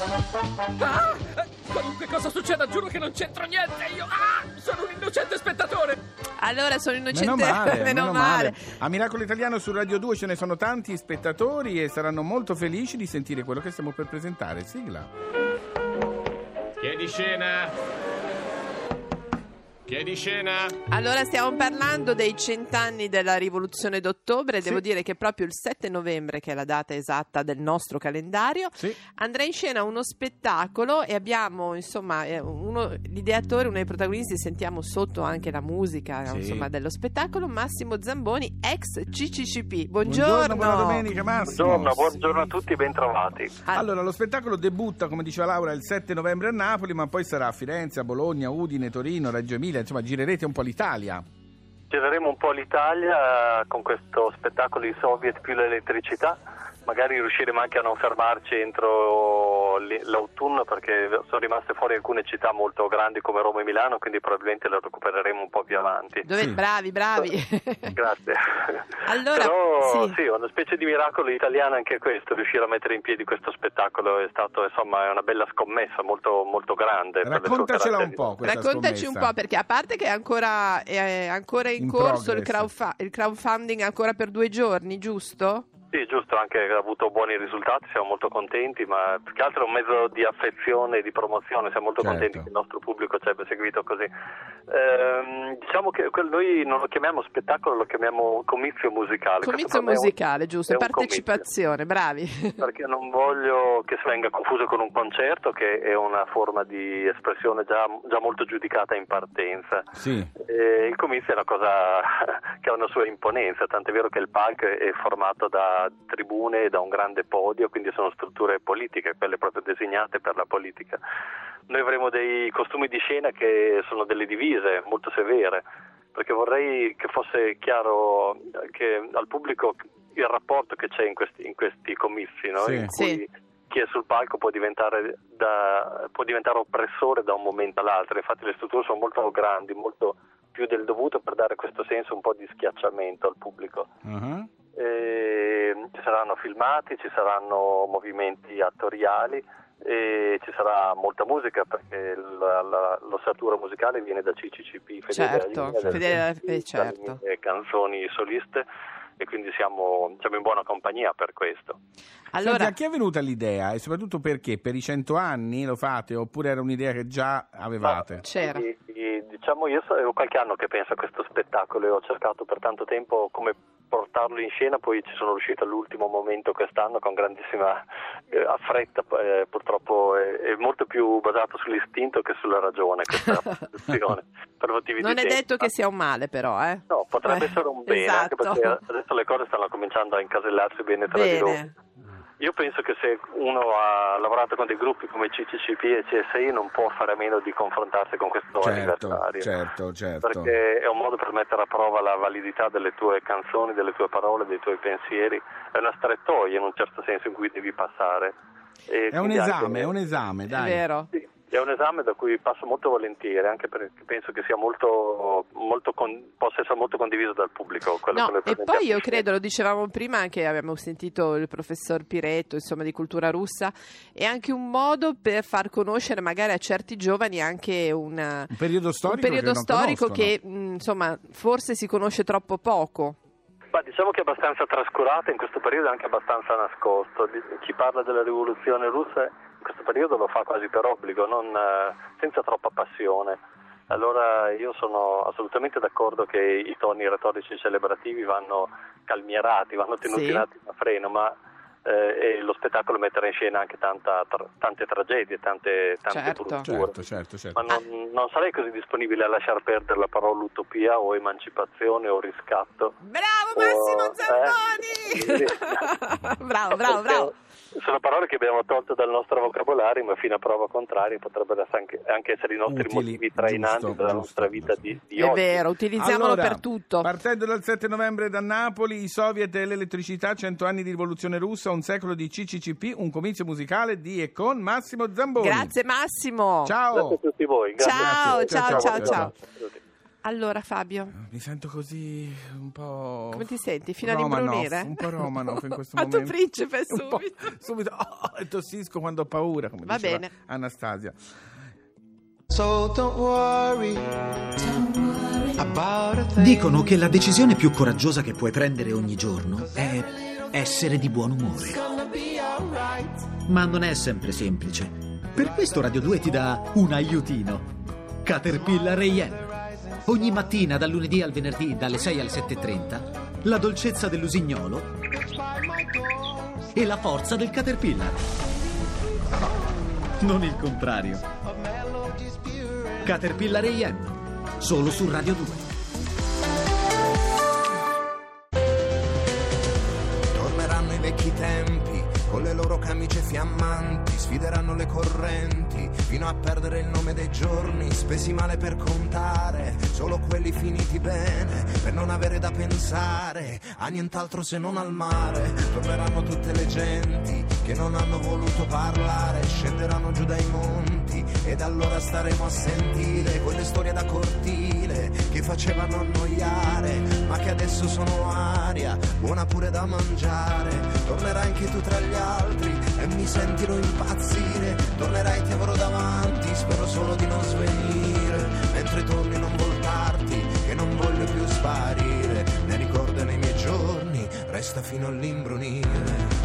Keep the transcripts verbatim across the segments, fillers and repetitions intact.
Ah! Qualunque cosa succeda, giuro che non c'entro niente. Io ah! sono un innocente spettatore. Allora sono innocente. Meno male, meno meno male. male. A Miracolo Italiano su Radio due ce ne sono tanti spettatori e saranno molto felici di sentire quello che stiamo per presentare. Sigla. Chiedi scena. Chiedi scena. Allora stiamo parlando dei cent'anni della rivoluzione d'ottobre. Sì. Devo dire che proprio il sette novembre, che è la data esatta del nostro calendario, Sì. andrà in scena uno spettacolo e abbiamo insomma uno, l'ideatore, uno dei protagonisti, sentiamo sotto anche la musica, Sì. insomma, dello spettacolo, Massimo Zamboni, ex C C C P. Buongiorno. Buongiorno, buona domenica Massimo. Buongiorno, buongiorno a tutti, bentrovati. Ah. Allora, lo spettacolo debutta, come diceva Laura, il sette novembre a Napoli, ma poi sarà a Firenze, a Bologna, Udine, Torino, Reggio Emilia, insomma girerete un po' l'Italia. Gireremo un po' l'Italia con questo spettacolo I Soviet più l'elettricità. Magari riusciremo anche a non fermarci entro l'autunno, perché sono rimaste fuori alcune città molto grandi come Roma e Milano, quindi probabilmente le recupereremo un po' più avanti. Dove... Sì. Bravi, bravi. Grazie. Allora, Però sì. sì, una specie di miracolo italiano anche questo, riuscire a mettere in piedi questo spettacolo è stato insomma è una bella scommessa molto molto grande. per le sue Raccontacela un caratteristiche. po' questa Raccontaci un scommessa. po', perché a parte che è ancora, è ancora in, In corso il, progress. crowdfa- il crowdfunding ancora per due giorni, giusto? Sì, giusto, anche ha avuto buoni risultati, siamo molto contenti, ma più che altro è un mezzo di affezione e di promozione, siamo molto Certo. contenti che il nostro pubblico ci abbia seguito così. Ehm, diciamo che quel- noi non lo chiamiamo spettacolo, lo chiamiamo comizio musicale. Comizio Questo per me è un- musicale, giusto, è un partecipazione, bravi. comizio, perché non voglio che venga confuso con un concerto, che è una forma di espressione già, già molto giudicata in partenza. Sì. Eh, il comizio è una cosa che ha una sua imponenza, tant'è vero che il palco è formato da tribune e da un grande podio, quindi sono strutture politiche, quelle proprio designate per la politica. Noi avremo dei costumi di scena che sono delle divise molto severe, perché vorrei che fosse chiaro che al pubblico il rapporto che c'è in questi, in questi comizi, no? Sì. In cui Sì. chi è sul palco può diventare, da, può diventare oppressore da un momento all'altro. Infatti le strutture sono molto grandi, molto più del dovuto, per dare questo senso un po' di schiacciamento al pubblico. Uh-huh. E ci saranno filmati, ci saranno movimenti attoriali e ci sarà molta musica, perché la, la, l'ossatura musicale viene da C C C P, Fedele Certo, alla linea, Fedele alla- dalle eh, certo. mie canzoni soliste, e quindi siamo, siamo in buona compagnia per questo. Allora, Senti, a chi è venuta l'idea e soprattutto perché? Per i cento anni lo fate oppure era un'idea che già avevate? c'era. E- e, diciamo, io so, è qualche anno che penso a questo spettacolo e ho cercato per tanto tempo come portarlo in scena, poi ci sono riuscito all'ultimo momento quest'anno con grandissima eh, affretta, eh, purtroppo è, è molto più basato sull'istinto che sulla ragione questa produzione, per motivi Non di è tempo. detto che sia un male, però, eh? No, potrebbe Eh, essere un bene, esatto. anche perché adesso le cose stanno cominciando a incasellarsi bene tra di loro. Bene. Io penso che se uno ha lavorato con dei gruppi come C C C P e C S I non può fare a meno di confrontarsi con questo Certo, anniversario. certo, certo. Perché è un modo per mettere a prova la validità delle tue canzoni, delle tue parole, dei tuoi pensieri. È una strettoia in un certo senso in cui devi passare. E È un quindi anche- esame, è un esame, È dai. vero. Sì, è un esame da cui passo molto volentieri, anche perché penso che sia molto, molto con- possa essere molto condiviso dal pubblico. Quello che No, noi e presentiamo poi io in scena. credo, lo dicevamo prima, anche abbiamo sentito il professor Piretto, insomma, di cultura russa, è anche un modo per far conoscere magari a certi giovani anche una- Un periodo un storico, periodo che, non storico conoscono. che, mh, insomma, forse si conosce troppo poco. Ma diciamo che è abbastanza trascurato in questo periodo, è anche abbastanza nascosto. Di- Chi parla della rivoluzione russa in questo periodo lo fa quasi per obbligo, non, eh, senza troppa passione. Allora io sono assolutamente d'accordo che i toni retorici celebrativi vanno calmierati, vanno tenuti Sì. un attimo a freno, ma eh, e lo spettacolo metterà in scena anche tanta, tra- tante tragedie, tante, tante Certo. brutture. Certo, certo, certo. Ma non, non sarei così disponibile a lasciar perdere la parola utopia o emancipazione o riscatto. Bravo Oh, Massimo Zamboni! eh. bravo, bravo, bravo. Sono parole che abbiamo tolto dal nostro vocabolario, ma fino a prova contraria potrebbero anche, anche essere i nostri Utili, motivi trainanti giusto, della giusto, nostra vita giusto. di, di È oggi. vero, utilizziamolo Allora, per tutto. partendo dal sette novembre da Napoli, i soviet e l'elettricità, cento anni di rivoluzione russa, un secolo di C C C P, un comizio musicale di e con Massimo Zamboni. Grazie Massimo. Ciao. Grazie a tutti voi. Grazie Ciao, a tutti. ciao, ciao, ciao. Ciao a tutti. Allora Fabio, Mi sento così un po'... come ti senti? Fino Romanoff, all'imbrunire? un po' Romanoff in questo Ma momento. tu principe Un po' subito. subito, oh, e tossisco quando ho paura, come Va diceva bene. Anastasia. So don't worry about a thing. Dicono che la decisione più coraggiosa che puoi prendere ogni giorno è essere di buon umore. Ma non è sempre semplice. Per questo Radio due ti dà un aiutino. Caterpillar A M. Ogni mattina, dal lunedì al venerdì, dalle sei alle sette e trenta, la dolcezza dell'usignolo e la forza del Caterpillar. Non il contrario. Caterpillar A M. Solo su Radio due. Torneranno i vecchi tempi con le loro camicie fiammanti, sfideranno le correnti fino a perdere il nome dei giorni spesi male per contare, solo quelli finiti bene per non avere da pensare a nient'altro se non al mare. Torneranno tutte le genti che non hanno voluto parlare, scenderanno giù dai monti ed allora staremo a sentire quelle storie da cortile che facevano annoiare ma che adesso sono aria buona pure da mangiare. Tornerai anche tu tra gli altri e mi sentirò impazzire, tornerai ti avrò davanti, spero solo di non svenire, mentre torni non voltarti che non voglio più sparire, ne ricordo nei miei giorni, resta fino all'imbrunire.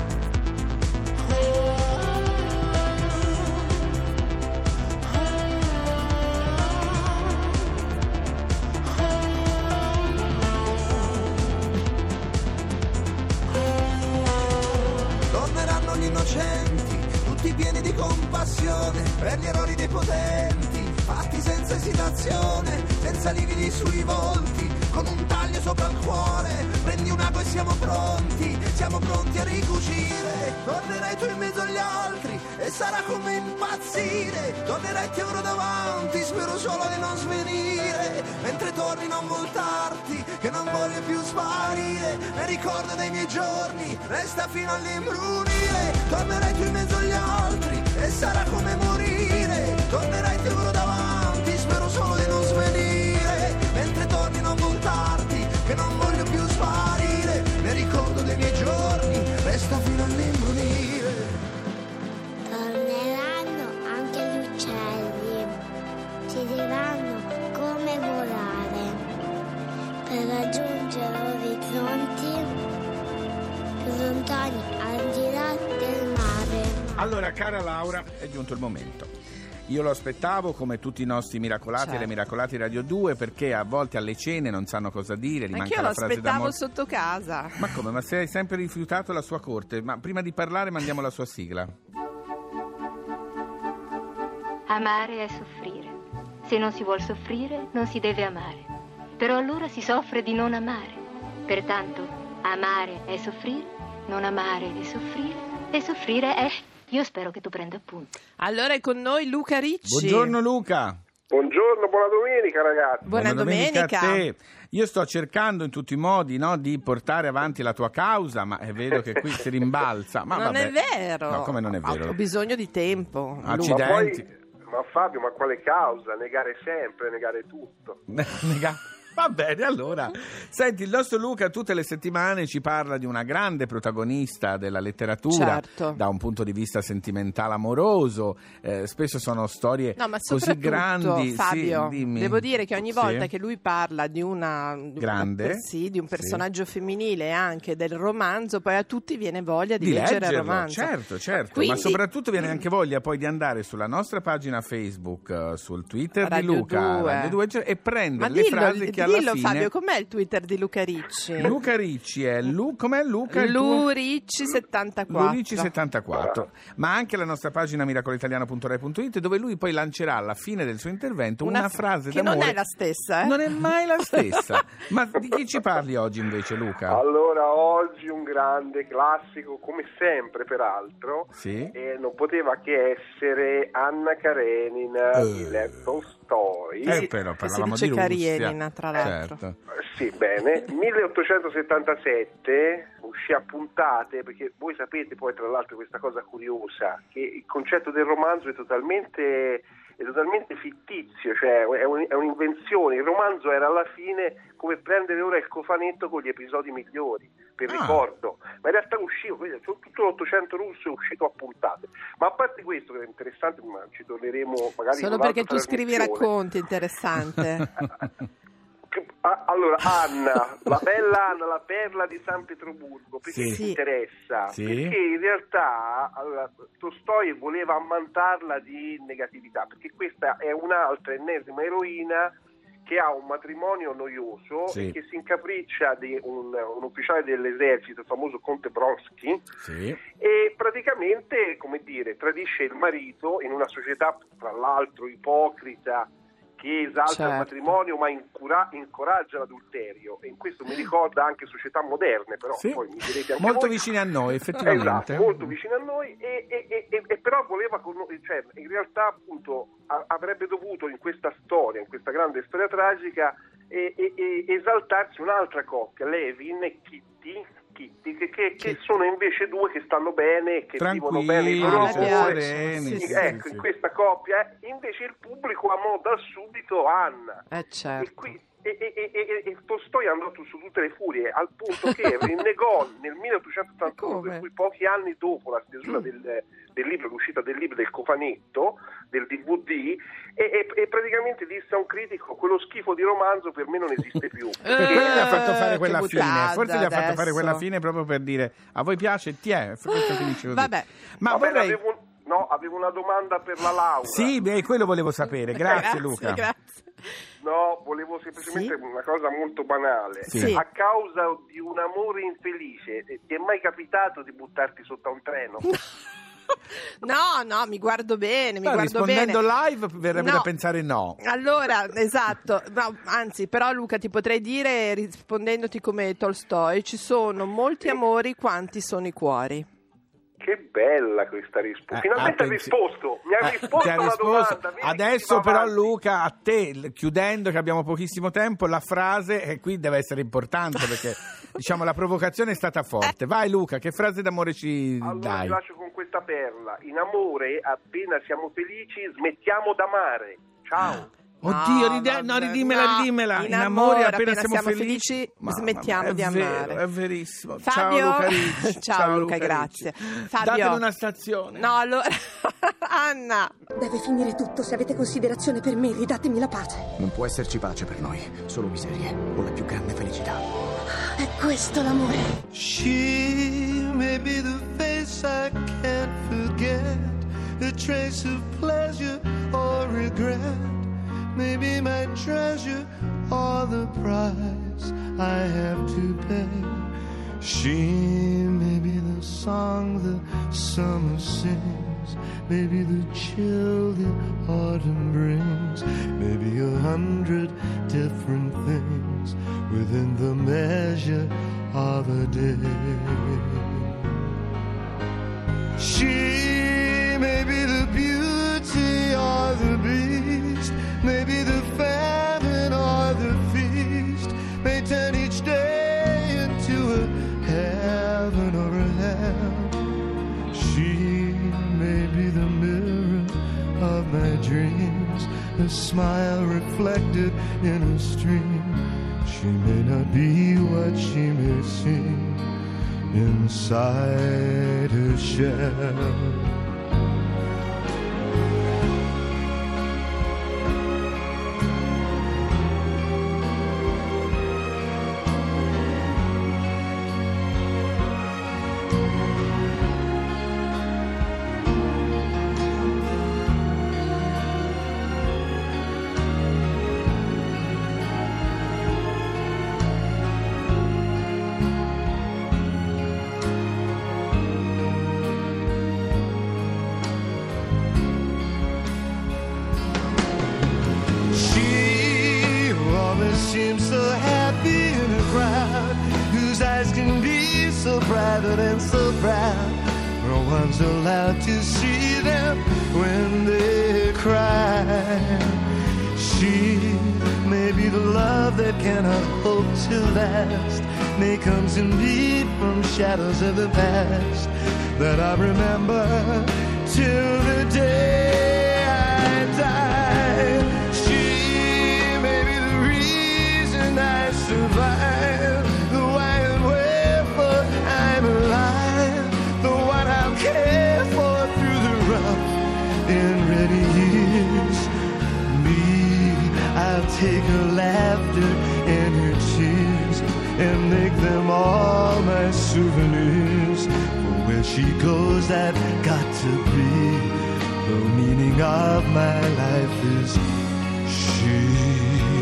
Innocenti, tutti pieni di compassione per gli errori dei potenti, fatti senza esitazione, senza lividi sui volti, con un taglio sopra il cuore, prendi un ago e siamo pronti, siamo pronti a ricucire, tornerai tu in mezzo agli altri e sarà come impazzire, tornerai ti avrò davanti, spero solo di non svenire, mentre torni non voltarti, che non voglio più sparire, ne ricordo dei miei giorni, resta fino all'imbrunire, tornerai tu in mezzo agli altri e sarà come morire, tornerai ti avrò davanti, spero solo di non svenire, mentre torni non voltarti, che non voglio più sparire, ne ricordo dei miei giorni, resta fino all'imbrunire. Torneranno anche gli uccelli, ci diranno come volare, per raggiungere orizzonti più lontani al di là del mare. Allora, cara Laura, è giunto il momento. Io lo aspettavo come tutti i nostri miracolati Certo. e le miracolati Radio due, perché a volte alle cene non sanno cosa dire, gli Anch'io manca lo la frase aspettavo d'amore. sotto casa. Ma come? Ma se hai sempre rifiutato la sua corte? Ma prima di parlare mandiamo la sua sigla. Amare è soffrire. Se non si vuol soffrire, non si deve amare. Però allora si soffre di non amare. Pertanto, amare è soffrire, non amare è soffrire, e soffrire è... Io spero che tu prenda appunti. Allora è con noi Luca Ricci. Buongiorno Luca. Buongiorno, buona domenica ragazzi. Buona, domenica. a te. Io sto cercando in tutti i modi, no, di portare avanti la tua causa, ma vedo che qui si rimbalza. Ma non vabbè. è vero. No, come non è vero? Ho bisogno di tempo. Accidenti. Ma poi, ma Fabio, ma quale causa? Negare sempre, negare tutto. Nega- Va bene, allora. Senti, il nostro Luca tutte le settimane ci parla di una grande protagonista della letteratura, Certo. da un punto di vista sentimentale amoroso. Eh, spesso sono storie No, ma così soprattutto, grandi. Fabio, Sì, dimmi. devo dire che ogni Sì. volta che lui parla di una di una Grande. per- sì, di un Sì. personaggio femminile e anche del romanzo, poi a tutti viene voglia di, Di leggere il leggerlo, romanzo. certo, certo, Quindi- ma soprattutto viene anche voglia poi di andare sulla nostra pagina Facebook, eh, sul Twitter Radio di Luca, due. Radio due, e prendere Ma le dillo, frasi che alla dillo fine... Fabio, com'è il Twitter di Luca Ricci? Luca Ricci è Lu... com'è Luca? Il tuo? Lu Ricci settantaquattro. Luigi settantaquattro, ma anche la nostra pagina miracolitaliano punto rai punto it, dove lui poi lancerà alla fine del suo intervento una, Una frase che d'amore non è la stessa, eh? non è mai la stessa. Ma di chi ci parli oggi invece, Luca? Allora, oggi un grande classico, come sempre peraltro, Sì? e non poteva che essere Anna Karenina Eh. di Lev Tolstoi. Eh, però Che si parlavamo dice di Russia. Karenina, tra l'altro. Certo. Sì, bene. milleottocentosettantasette uscì a puntate, perché voi sapete poi tra l'altro questa cosa curiosa, che il concetto del romanzo è totalmente è totalmente fittizio, cioè è, un, è un'invenzione. Il romanzo era alla fine come prendere ora il cofanetto con gli episodi migliori, per ah. ricordo, ma in realtà uscivo, tutto l'Ottocento russo è uscito a puntate. Ma a parte questo, che è interessante, ma ci torneremo magari solo perché tu scrivi racconti, interessante. Allora, Anna, la bella Anna, la perla di San Pietroburgo, perché sì. ti interessa? Sì. Perché in realtà allora, Tolstoi voleva ammantarla di negatività, perché questa è un'altra ennesima eroina che ha un matrimonio noioso sì. e che si incapriccia di un, un ufficiale dell'esercito, il famoso Conte Bronski, sì. e praticamente, come dire, tradisce il marito in una società, tra l'altro, ipocrita, che esalta certo. il matrimonio ma incura- incoraggia l'adulterio, e in questo mi ricorda anche società moderne, però sì. poi mi direte anche molto voi. vicine a noi, effettivamente. Esatto, molto vicine a noi, e, e, e, e però voleva con noi, cioè, in realtà appunto a, avrebbe dovuto in questa storia, in questa grande storia tragica, e, e, e esaltarsi un'altra coppia, Levin e Kitty, Kitty che, che, che sono invece due che stanno bene, che vivono bene i loro amori. Sì, sì, ecco, sì. in questa coppia invece il pubblico amò da subito Anna. Eh certo. E qui E, e, e, e Tolstoi andò su tutte le furie, al punto che rinnegò nel milleottocentottantuno, per cui pochi anni dopo la stesura del, del libro, l'uscita del libro, del cofanetto, del D V D, e, e, e praticamente disse a un critico: quello schifo di romanzo per me non esiste più. Per quello gli ha fatto fare quella che fine, forse gli ha fatto adesso. fare quella fine proprio per dire: a voi piace? Ti è, questo finisce così. Vabbè. Ma Vabbè, vorrei... avevo, no, avevo una domanda per la Laura. Sì, beh, quello volevo sapere, grazie, grazie Luca. Grazie. No, volevo semplicemente sì? una cosa molto banale. Sì. A causa di un amore infelice, ti è mai capitato di buttarti sotto a un treno? No, no, mi guardo bene, mi no, guardo rispondendo bene. live verrebbe no. da pensare no. Allora, esatto, no, anzi, però Luca ti potrei dire, rispondendoti come Tolstoi, ci sono molti amori quanti sono i cuori. Che bella questa risposta. Finalmente ha risposto, mi ha Eh, risposto ti ha alla risposto. domanda. Vedi, Adesso però avanti. Luca, a te, chiudendo che abbiamo pochissimo tempo, la frase e qui deve essere importante perché diciamo la provocazione è stata forte. Vai Luca, che frase d'amore ci allora, dai? Ti lascio con questa perla. In amore, appena siamo felici, smettiamo d'amare. Ciao. Oddio, no, ride- no, no, ridimela, no. ridimela. In In amore, amore, appena, appena siamo, siamo felici, felici, ma, smettiamo ma, di è vero, amare. È verissimo. Fabio, ciao Luca Ricci. ciao Luca, Luca grazie. Ricci. Fabio, datene una stazione. No, allora, Anna. Deve finire tutto, se avete considerazione per me, ridatemi la pace. Non può esserci pace per noi, solo miserie o la più grande felicità. È questo l'amore. She may be the face I can't forget, a trace of pleasure or regret, maybe my treasure or the price I have to pay. She may be the song the summer sings, maybe the chill the autumn brings, maybe a hundred different things within the measure of a day. She may be the beauty or the beast, maybe the famine or the feast, may turn each day into a heaven or a hell. She may be the mirror of my dreams, a smile reflected in a stream. She may not be what she may seem inside her shell. Seems so happy in a crowd whose eyes can be so private and so proud. No one's allowed to see them when they cry. She may be the love that cannot hope to last, may comes indeed from shadows of the past that I remember till the day I die. take her laughter and her tears and make them all my souvenirs. For where she goes, I've got to be. The meaning of my life is she.